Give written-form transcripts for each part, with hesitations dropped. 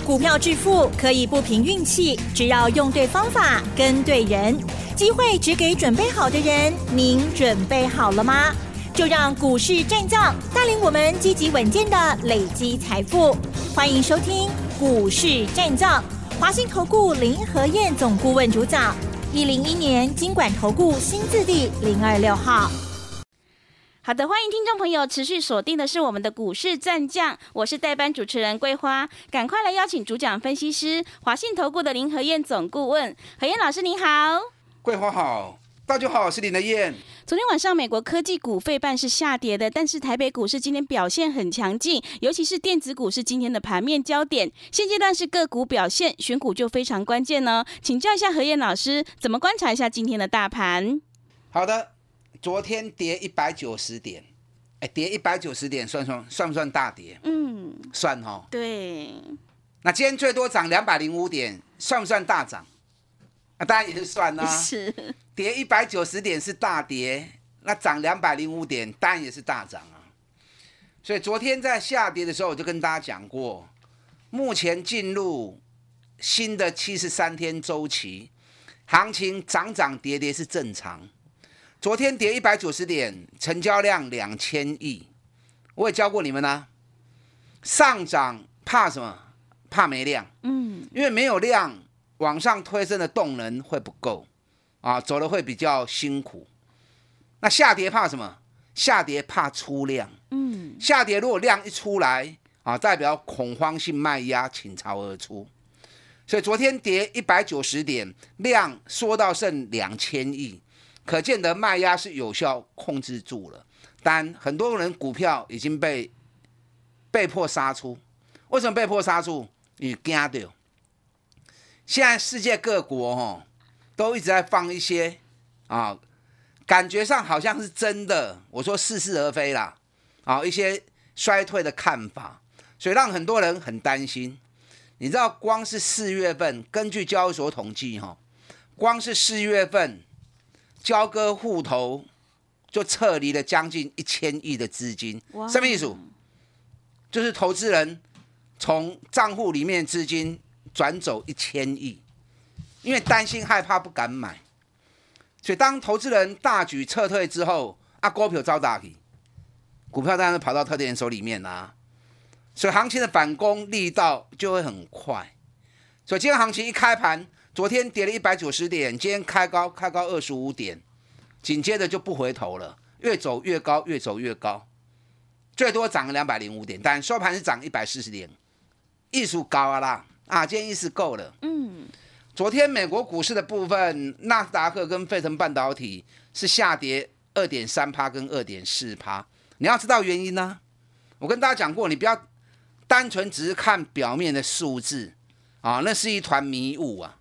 股票致富可以不凭运气，只要用对方法、跟对人。机会只给准备好的人，您准备好了吗？就让股市战将带领我们积极稳健的累积财富。欢迎收听股市战将，华信投顾林和彥总顾问主讲，101年金管投顾新字第026号。 好的，欢迎听众朋友持续锁定的是我们的股市战将，我是代班主持人桂花，赶快来邀请主讲分析师华信投顾的林和彥总顾问，和彥老师您好。 桂花好，大家好，我是林和彥。 昨天晚上美国科技股费半是下跌的，但是台北股市今天表现很强劲，尤其是电子股是今天的盘面焦点。现阶段是个股表现，选股就非常关键呢。请教一下和彥老师，怎么观察一下今天的大盘？ 好的，昨天跌190点，跌190点算不算大跌？算哦。 对。 那今天最多涨205点，算不算大涨？当然也是算啊。 是。 跌190点是大跌，那涨205点当然也是大涨啊。所以昨天在下跌的时候，我就跟大家讲过，目前进入新的73天周期，行情涨涨跌跌是正常。昨天跌190点，成交量2000亿，我也教过你们啊。上涨怕什么？怕没量。因为没有量，往上推升的动能会不够。走的会比较辛苦。那下跌怕什么？下跌怕出量。下跌如果量一出来，代表恐慌性卖压倾巢而出。所以昨天跌190点，量缩到剩2000亿，可见得卖压是有效控制住了。但很多人股票已经被迫杀出。为什么被迫杀出？因为怕到。现在世界各国都一直在放一些感觉上好像是真的，我说似是而非啦，一些衰退的看法，所以让很多人很担心。你知道，光是4月份，根据交易所统计，光是4月份，交割户头就撤离了将近1000亿的资金。什么意思？就是投资人从账户里面资金转走1000亿。因为担心害怕不敢买，所以当投资人大举撤退之后，股票遭打击，股票当然跑到特定人手里面啦，所以行情的反攻力道就会很快。所以今天行情一开盘，昨天跌了190点，今天开高25点，紧接着就不回头了，越走越高，越走越高，最多涨了205点，但收盘是涨140点，意思高啦，今天意思够了。昨天美国股市的部分，纳斯达克跟费城半导体是下跌 2.3% 跟 2.4%。你要知道原因呢？我跟大家讲过，你不要单纯只是看表面的数字那是一团迷雾啊。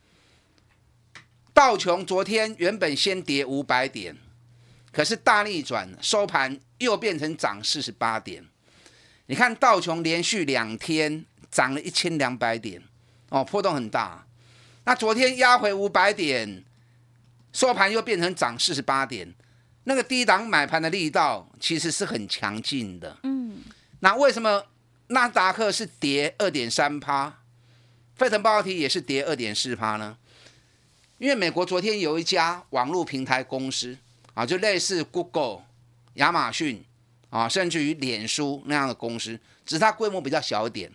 道琼昨天原本先跌500点，可是大逆转，收盘又变成涨48点。你看道琼连续2天涨了1200点，波动很大。那昨天压回500点，收盘又变成涨48点，那个低档买盘的力道其实是很强劲的。那为什么纳斯达克是跌 2.3%， 费城半导体也是跌 2.4% 呢？因为美国昨天有一家网络平台公司就类似 Google、亚马逊甚至于脸书那样的公司，只是它规模比较小一点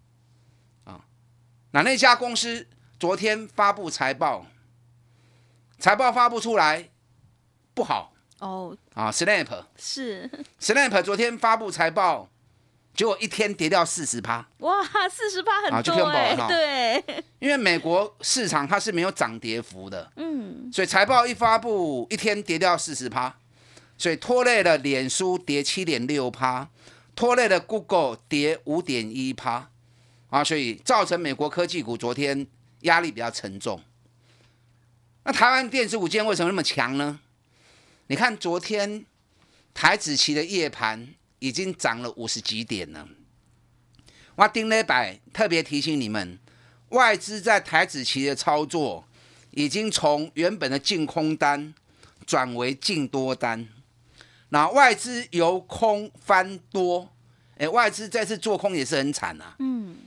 那家公司昨天发布财报发布出来不好Snap 是 Snap 昨天发布财报，结果一天跌掉40%。 哇，40%很多对， 因为美国市场它是没有涨跌幅的，所以财报一发布，一天跌掉40%，所以拖累了脸书跌 7.6%， 拖累了 Google 跌 5.1%。所以造成美国科技股昨天压力比较沉重。那台湾电子股今天为什么那么强呢？你看昨天台指期的夜盘已经涨了50几点了。我顶礼拜特别提醒你们，外资在台指期的操作已经从原本的净空单转为净多单，那外资由空翻多，外资这次做空也是很惨啊。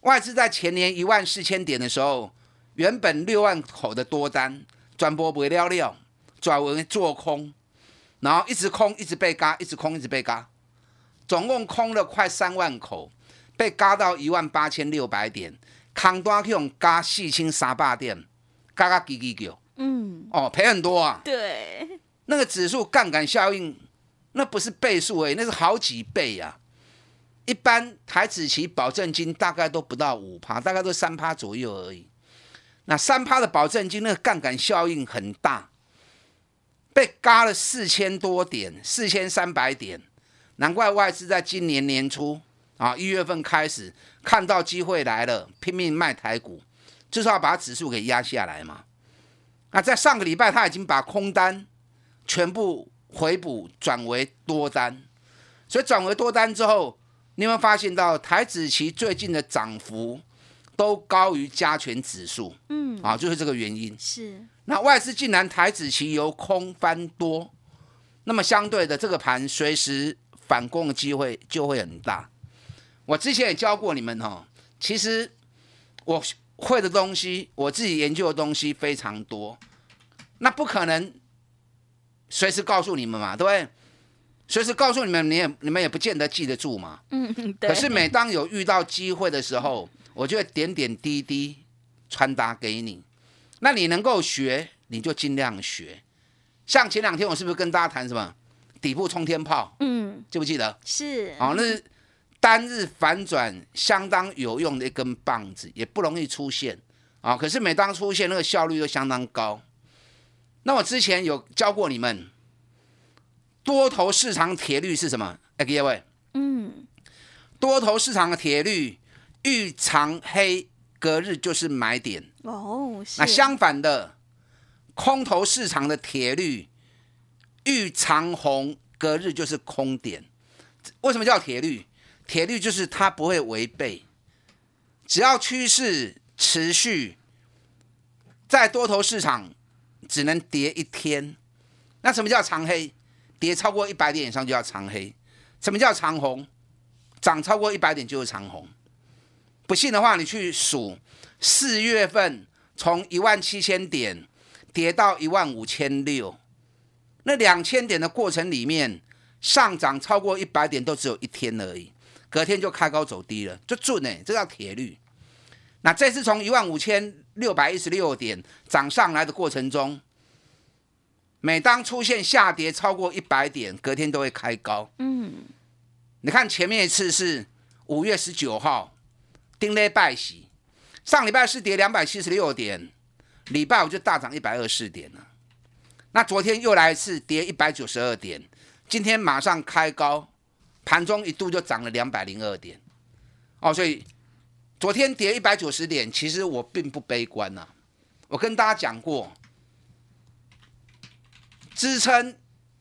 外资在前年14000点的时候，原本6万口的多单，全部没了了，转为做空，然后一直空，一直被嘎，一直空，一直被嘎，总共空了快3万口，被嘎到18600点，空单去用嘎4300点，嘎嘎叽叽叫，赔很多啊。 对， 那个指数杠杆效应，那不是倍数而已，那是好几倍啊。一般台指期保证金大概都不到5%，大概都3%左右而已。那3%的保证金，那个杠杆效应很大，被嘎了4000多点，4300点，难怪外资在今年年初1月份开始看到机会来了，拼命卖台股，就是要把指数给压下来嘛。那在上个礼拜，他已经把空单全部回补转为多单，所以转为多单之后，你有没有发现到台指期最近的涨幅都高于加权指数？就是这个原因。 是。 那外资竟然台指期由空翻多，那么相对的这个盘随时反攻的机会就会很大。我之前也教过你们其实我会的东西，我自己研究的东西非常多，那不可能随时告诉你们嘛，对不对？随时告诉你们，你们也不见得记得住嘛。 对。 可是每当有遇到机会的时候，我就会点点滴滴传达给你。那你能够学，你就尽量学。像前2天我是不是跟大家谈什么底部冲天炮？记不记得？ 是。 那是单日反转相当有用的一根棒子，也不容易出现可是每当出现，那个效率都相当高。那我之前有教过你们。多头市场铁律是什么？各位，多头市场的铁律，遇长黑隔日就是买点。 是。 那相反的，空头市场的铁律，遇长红隔日就是空点。为什么叫铁律？铁律就是它不会违背，只要趋势持续，在多头市场只能跌1天。那什么叫长黑？跌超过100点以上就叫长黑。什么叫长红？涨超过100点就是长红。不信的话，你去数4月份从17000点跌到15600，那2000点的过程里面，上涨超过100点都只有1天而已，隔天就开高走低了，就准这叫铁律。那这次从15616点涨上来的过程中，每当出现下跌超过100点，隔天都会开高。你看前面一次是5月19号，丁礼拜四，上礼拜是跌276点，礼拜五就大涨124点了。那昨天又来一次跌192点，今天马上开高，盘中一度就涨了202点。所以昨天跌190点，其实我并不悲观啊。我跟大家讲过。支撑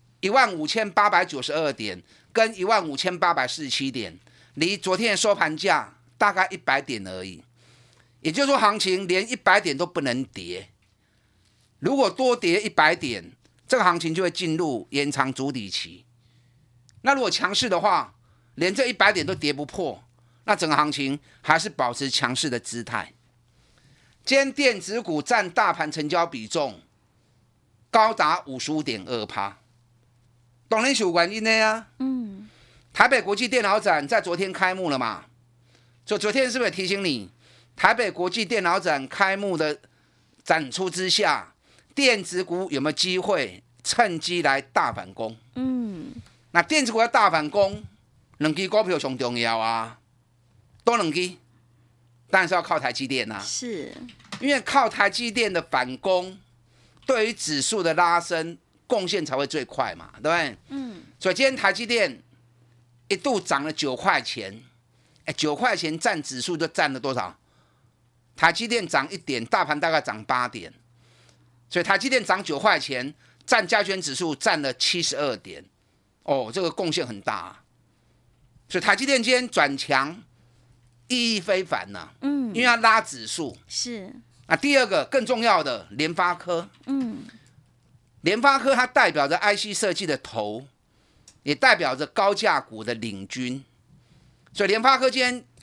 15892点跟15847点，离昨天的收盘价大概100点而已。也就是说，行情连100点都不能跌。如果多跌100点，这个行情就会进入延长筑底期。那如果强势的话，连这100点都跌不破，那整个行情还是保持强势的姿态。今天电子股占大盘成交比重高达 55.2%， 当然是有原因的呀。台北国际电脑展在昨天开幕了嘛？所以昨天是不是也提醒你，台北国际电脑展开幕的展出之下，电子股有没有机会趁机来大反攻？那电子股要大反攻，2支股票上重要啊，多2支，当然是要靠台积电啊。 是， 因为靠台积电的反攻，对于指数的拉升贡献才会最快嘛，对不对？所以今天台积电一度涨了9块钱，9块钱占指数就占了多少？台积电涨1点，大盘大概涨8点，所以台积电涨9块钱，占加权指数占了72点，这个贡献很大啊。所以台积电今天转强，意义非凡呐，因为它拉指数是。 那第二个更重要的，联发科，联发科它代表着 IC 设计的头，也代表着高价股的领军，所以联发科今天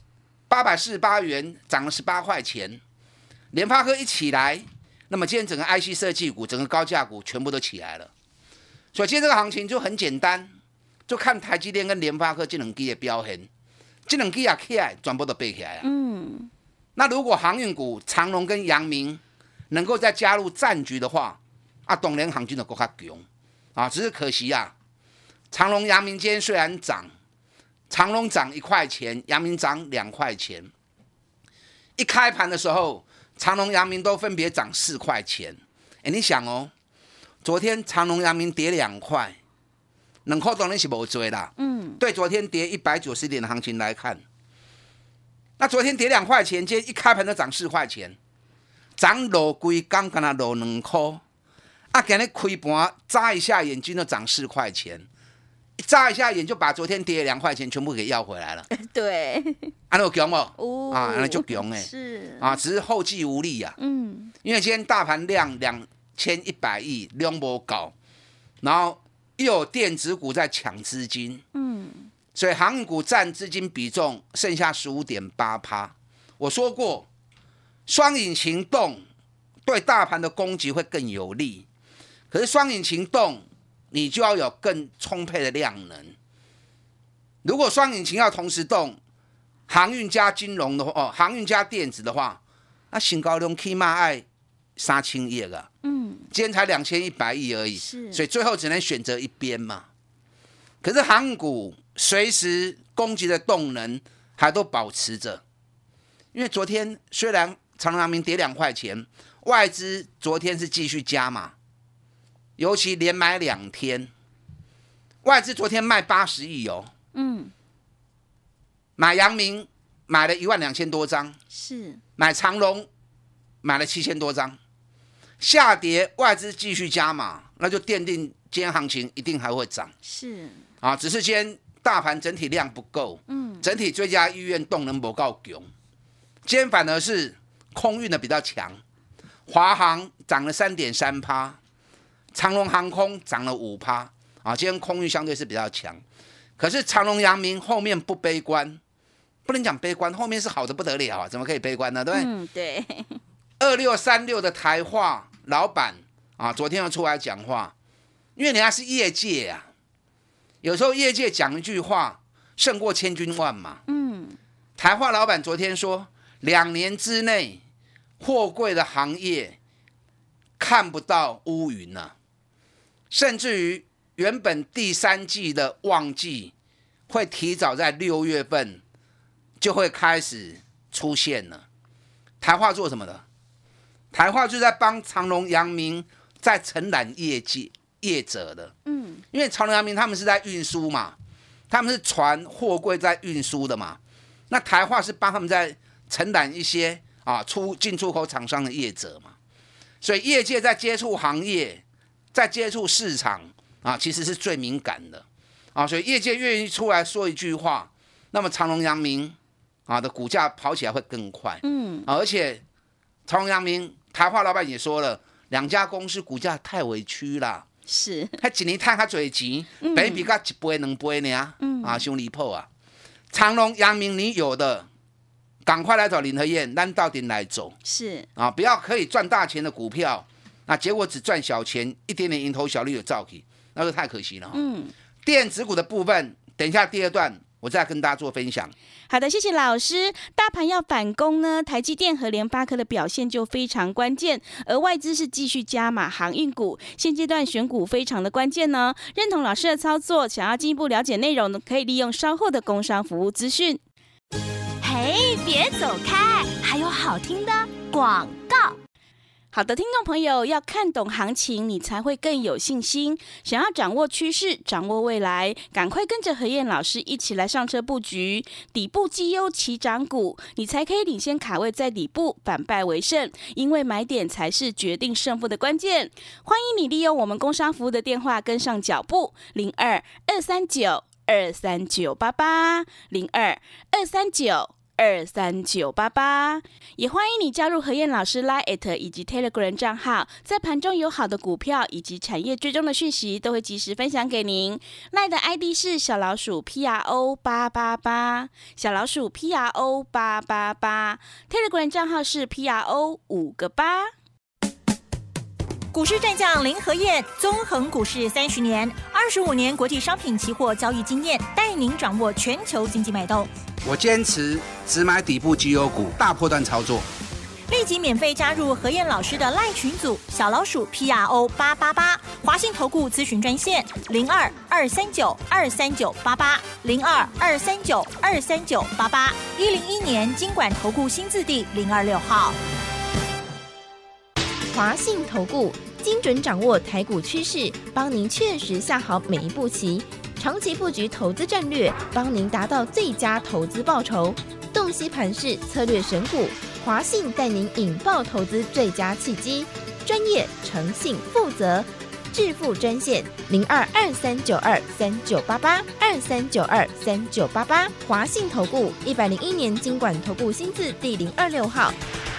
848元涨了18块钱，联发科一起来，那么今天整个 IC 设计股、整个高价股全部都起来了。所以今天这个行情就很简单，就看台积电跟联发科这两支的表现，这两支也起来，全部都背起来了。那如果航运股长荣跟阳明能够再加入战局的话，当然行情就更加强只是可惜长荣、阳明今天虽然涨，长荣涨1块钱，阳明涨2块钱。一开盘的时候，长荣、阳明都分别涨4块钱。你想昨天长荣、阳明跌2块，2块当然是没多啦。对昨天跌190点的行情来看，那昨天跌2块钱，今天一开盘就涨4块钱，涨落规刚刚才落2块。今天开盘眨一下眼睛就涨4块钱，一眨一下眼就把昨天跌2块钱全部给要回来了。 对， 那有强不？那就强是只是后继无力因为今天大盘量2100亿，量不高，然后又有电子股在抢资金，所以航运股占资金比重剩下15.8%。我说过，双引擎动对大盘的攻击会更有利。可是双引擎动，你就要有更充沛的量能。如果双引擎要同时动，航运加金融的话，航运加电子的话，那新高量起码要3000亿今天才2100亿而已，所以最后只能选择一边嘛。可是航运股随时攻击的动能还都保持着，因为昨天虽然长荣、阳明跌2块钱，外资昨天是继续加码。尤其连买2天，外资昨天卖80亿买阳明买了12000多张， 是买长荣买了7000多张，下跌外资继续加码，那就奠定今天行情一定还会涨， 是只是今天大盘整体量不够，整体追加意愿动能不够强，今天反而是空运的比较强，华航涨了3.3%。长荣航空涨了5%，今天空运相对是比较强，可是长荣、阳明后面不悲观，不能讲悲观，后面是好的不得了怎么可以悲观呢？对不对？ 对。2636的台化老板昨天又出来讲话，因为人家是业界有时候业界讲一句话胜过千军万马。台化老板昨天说，2年之内货柜的行业看不到乌云甚至于原本第3季的旺季会提早在6月份就会开始出现了。台化做什么的？台化就在帮长荣、阳明在承揽业者的。因为长荣、阳明他们是在运输嘛，他们是船货柜在运输的嘛，那台化是帮他们在承揽一些进出口厂商的业者嘛，所以业界在接触行业，在接触市场其实是最敏感的所以业界愿意出来说一句话，那么长荣、阳明的股价跑起来会更快。而且长荣、阳明台化老板也说了，2家公司股价太委屈了， 是他一年赚较多钱，本比较1倍2倍呢伤离谱长荣、阳明你有的赶快来找林和燕，咱到底来走是不要可以赚大钱的股票结果只赚小钱，一点点蝇头小利的造起，那就太可惜了电子股的部分，等一下第2段我再跟大家做分享。 好的，谢谢老师。大盘要反攻呢，台积电和联发科的表现就非常关键，而外资是继续加码航运股，现阶段选股非常的关键呢。认同老师的操作，想要进一步了解内容呢，可以利用稍后的工商服务资讯。 嘿，别走开，还有好听的广告。 好的，听众朋友，要看懂行情，你才会更有信心。想要掌握趋势，掌握未来，赶快跟着和燕老师一起来上车布局底部绩优起涨股，你才可以领先卡位在底部，反败为胜。因为买点才是决定胜负的关键。欢迎你利用我们工商服务的电话跟上脚步，02-239-23988，02-239-23988。 23988，也欢迎你加入何燕老师 LINE@ 以及 Telegram 账号，在盘中有好的股票以及产业追踪的讯息，都会及时分享给您。LINE 的 ID 是小老鼠 PRO888，小老鼠 PRO888， Telegram 账号是 PRO5个8。 股市战将林和彥，纵横股市30年，25年国际商品期货交易经验，带您掌握全球经济脉动。 我坚持只买底部绩优股，大波段操作。 立即免费加入何燕老师的LINE群组，小老鼠 PRO888， 华信投顾咨询专线02-239-23988，02-239-23988，101年金管投顾新字第026号。 华信投顾精准掌握台股趋势，帮您确实下好每一步棋，长期布局投资战略，帮您达到最佳投资报酬。洞悉盘势，策略选股，华信带您引爆投资最佳契机，专业、诚信、负责。致富专线02-2392-3988，2392-3988，华信投顾101年金管投顾新字第026号。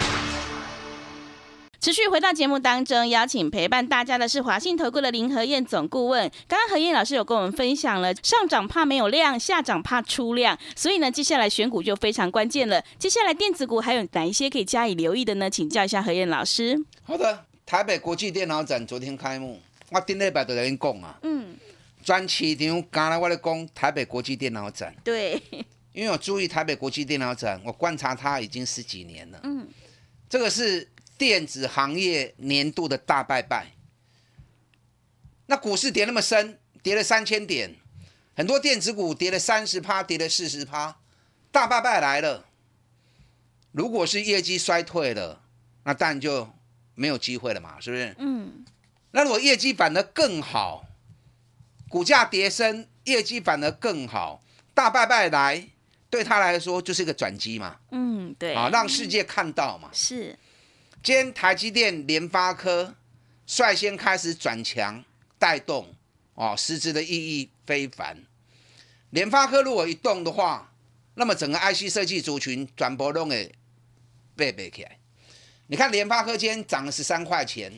持续回到节目当中，邀请陪伴大家的是华信投顾的林和彥总顾问。刚刚和彥老师有跟我们分享了，上涨怕没有量，下涨怕出量，所以呢，接下来选股就非常关键了。接下来电子股还有哪一些可以加以留意的呢？请教一下和彥老师。 好的，台北国际电脑展昨天开幕，我顶礼拜就在跟讲啊，专市场刚才我在讲台北国际电脑展， 对， 因为我注意台北国际电脑展，我观察它已经10几年了，这个是电子行业年度的大拜拜。那股市跌那么深，跌了3000点，很多电子股跌了30%，跌了40%，大拜拜来了。如果是业绩衰退了，那当然就没有机会了嘛，是不是？那如果业绩反而更好，股价跌升，业绩反而更好，大拜拜来，对他来说就是一个转机嘛。 对， 让世界看到嘛。 是。 今天台积电、联发科率先开始转强，带动实质的意义非凡。联发科如果一动的话，那么整个 IC 设计族群全部都会背起来。你看联发科今天涨了13块钱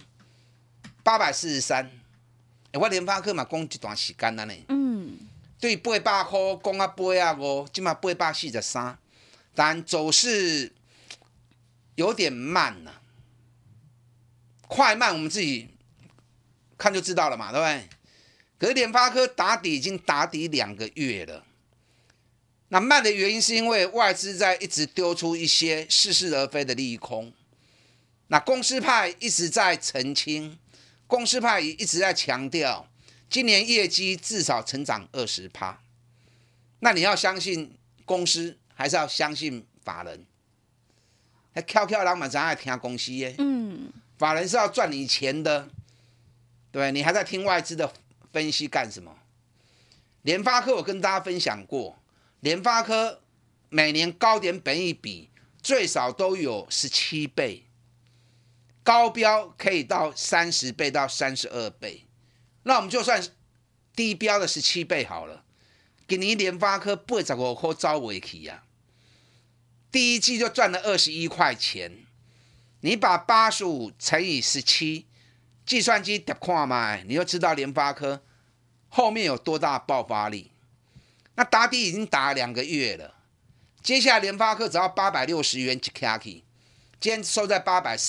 ，843。我联发科嘛讲一段时间了呢。对800块讲啊805，今嘛843，但走势有点慢了。快慢我们自己看就知道了嘛，对不对？可是联发科打底已经打底2个月了，那慢的原因是因为外资在一直丢出一些似是而非的利空，那公司派一直在澄清，公司派也一直在强调，今年业绩至少成长20%。那你要相信公司，还是要相信法人？翘翘人嘛，咱爱听公司耶。法人是要赚你钱的，对，你还在听外资的分析干什么？联发科我跟大家分享过，联发科每年高点本益比最少都有17倍，高标可以到30倍到32倍，那我们就算低标的17倍好了。今年联发科85块走不去啊，第一季就赚了21块钱。你把85乘以17，计算机点看嘛，你就知道联发科后面有多大爆发力。那打底已经打了2个月了，接下来联发科只要860元一卡去，今天收在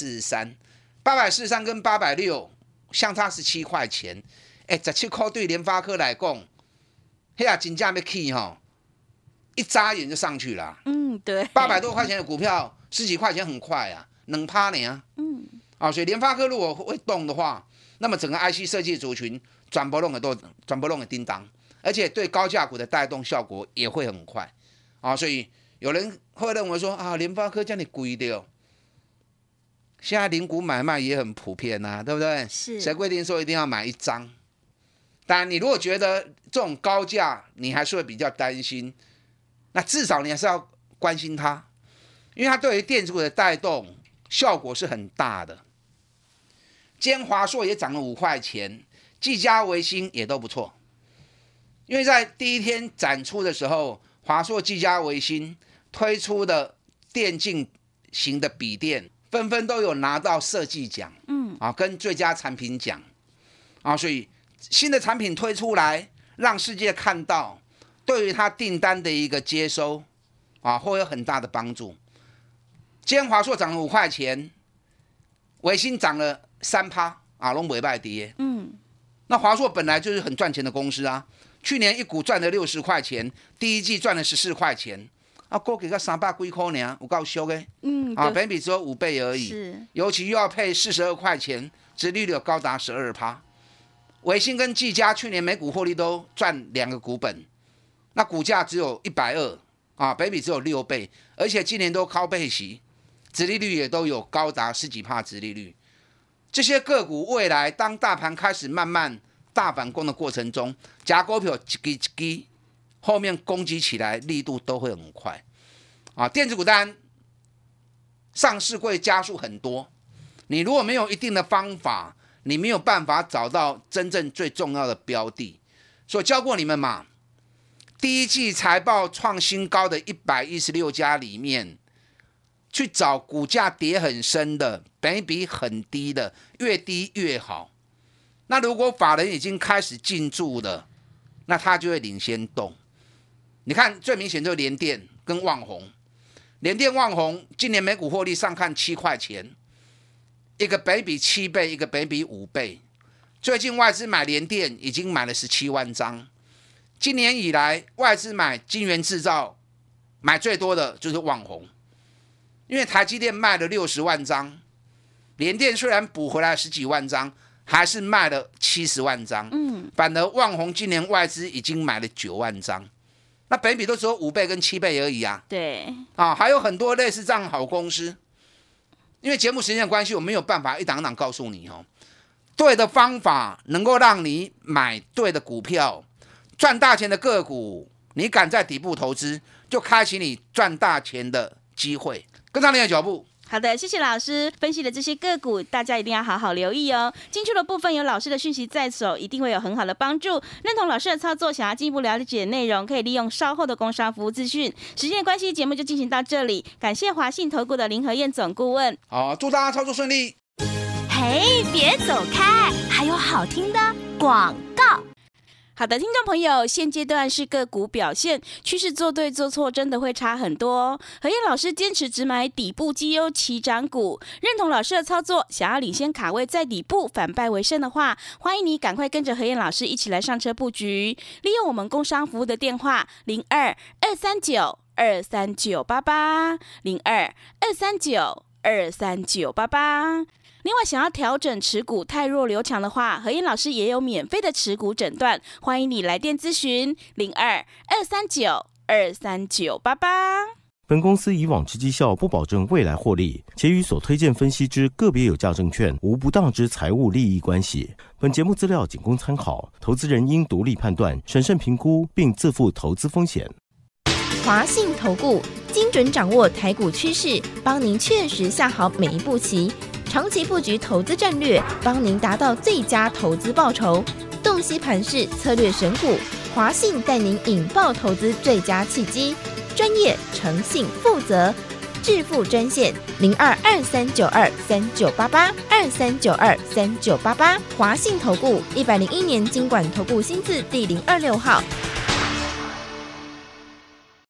843，843跟860相差17块钱，17块对联发科来讲，那真正要起一眨眼就上去了。 对 ，800多块钱的股票，10几块钱很快啊。2%呢？所以联发科如果会动的话，那么整个 IC 设计族群全部弄的叮当，而且对高价股的带动效果也会很快所以有人会认为说联发科这样贵的现在零股买卖也很普遍对不对？ 是。谁规定说一定要买1张？当然，你如果觉得这种高价你还是会比较担心，那至少你还是要关心它，因为它对于电子股的带动效果是很大的。今天华硕也涨了5块钱，技嘉、微星也都不错。因为在第一天展出的时候，华硕、技嘉、微星推出的电竞型的笔电，纷纷都有拿到设计奖，跟最佳产品奖，所以新的产品推出来，让世界看到，对于它订单的一个接收，会有很大的帮助。今天华硕涨了5块钱，微星涨了3%，都没败跌。那华硕本来就是很赚钱的公司啊，去年一股赚了60块钱，第一季赚了14块钱，股价才300几块而已，有够俗的。本益比只有5倍而已，尤其又要配42块钱，殖利率高达12%。微星跟技嘉去年每股获利都赚2个股本，那股价只有120，本益比只有6倍，而且今年都靠配息，殖利率也都有高达10几%殖利率。这些个股未来当大盘开始慢慢大反攻的过程中，假股票一支后面攻击起来力度都会很快。电子股单上市会加速很多，你如果没有一定的方法，你没有办法找到真正最重要的标的。所以教过你们嘛，第一季财报创新高的116家里面，去找股价跌很深的，本益比很低的，越低越好。那如果法人已经开始进驻了，那他就会领先动。你看最明显就是联电跟旺宏，联电旺宏今年每股获利上看7块钱，一个本益比7倍，一个本益比5倍。最近外资买联电已经买了17万张，今年以来外资买晶圆制造买最多的就是旺宏。因为台积电卖了60万张，联电虽然补回来10几万张，还是卖了70万张。反而旺宏今年外资已经买了9万张，那本益比都只有5倍跟7倍而已啊。 对， 还有很多类似这样好公司。因为节目时间的关系，我没有办法一档一档告诉你对的方法能够让你买对的股票，赚大钱的个股，你敢在底部投资，就开启你赚大钱的机会。跟上你的脚步。 好的，谢谢老师分析的这些个股，大家一定要好好留意哦。进出的部分有老师的讯息在手，一定会有很好的帮助。认同老师的操作，想要进一步了解内容，可以利用稍后的工商服务资讯。时间的关系，节目就进行到这里，感谢华信投顾的林和彥总顾问。 好，祝大家操作顺利。 嘿，别走开，还有好听的广告。 好的，听众朋友，现阶段是个股表现，趋势做对做错真的会差很多哦。和彥老师坚持只买底部绩优起涨股，认同老师的操作，想要领先卡位在底部反败为胜的话，欢迎你赶快跟着和彥老师一起来上车布局，利用我们工商服务的电话02-239-23988，02-239-23988。另外，想要调整持股太弱留强的话，和彥老师也有免费的持股诊断，欢迎你来电咨询02-239-23988。 本公司以往之绩效不保证未来获利，且与所推荐分析之个别有价证券无不当之财务利益关系。本节目资料仅供参考，投资人应独立判断、审慎评估，并自负投资风险。 华信投顾精准掌握台股趋势，帮您确实下好每一步棋，长期布局投资战略，帮您达到最佳投资报酬。洞悉盘势，策略选股，华信带您引爆投资最佳契机，专业、诚信、负责。致富专线02-2392-3988，2392-3988。华信投顾101年金管投顾新字第026号。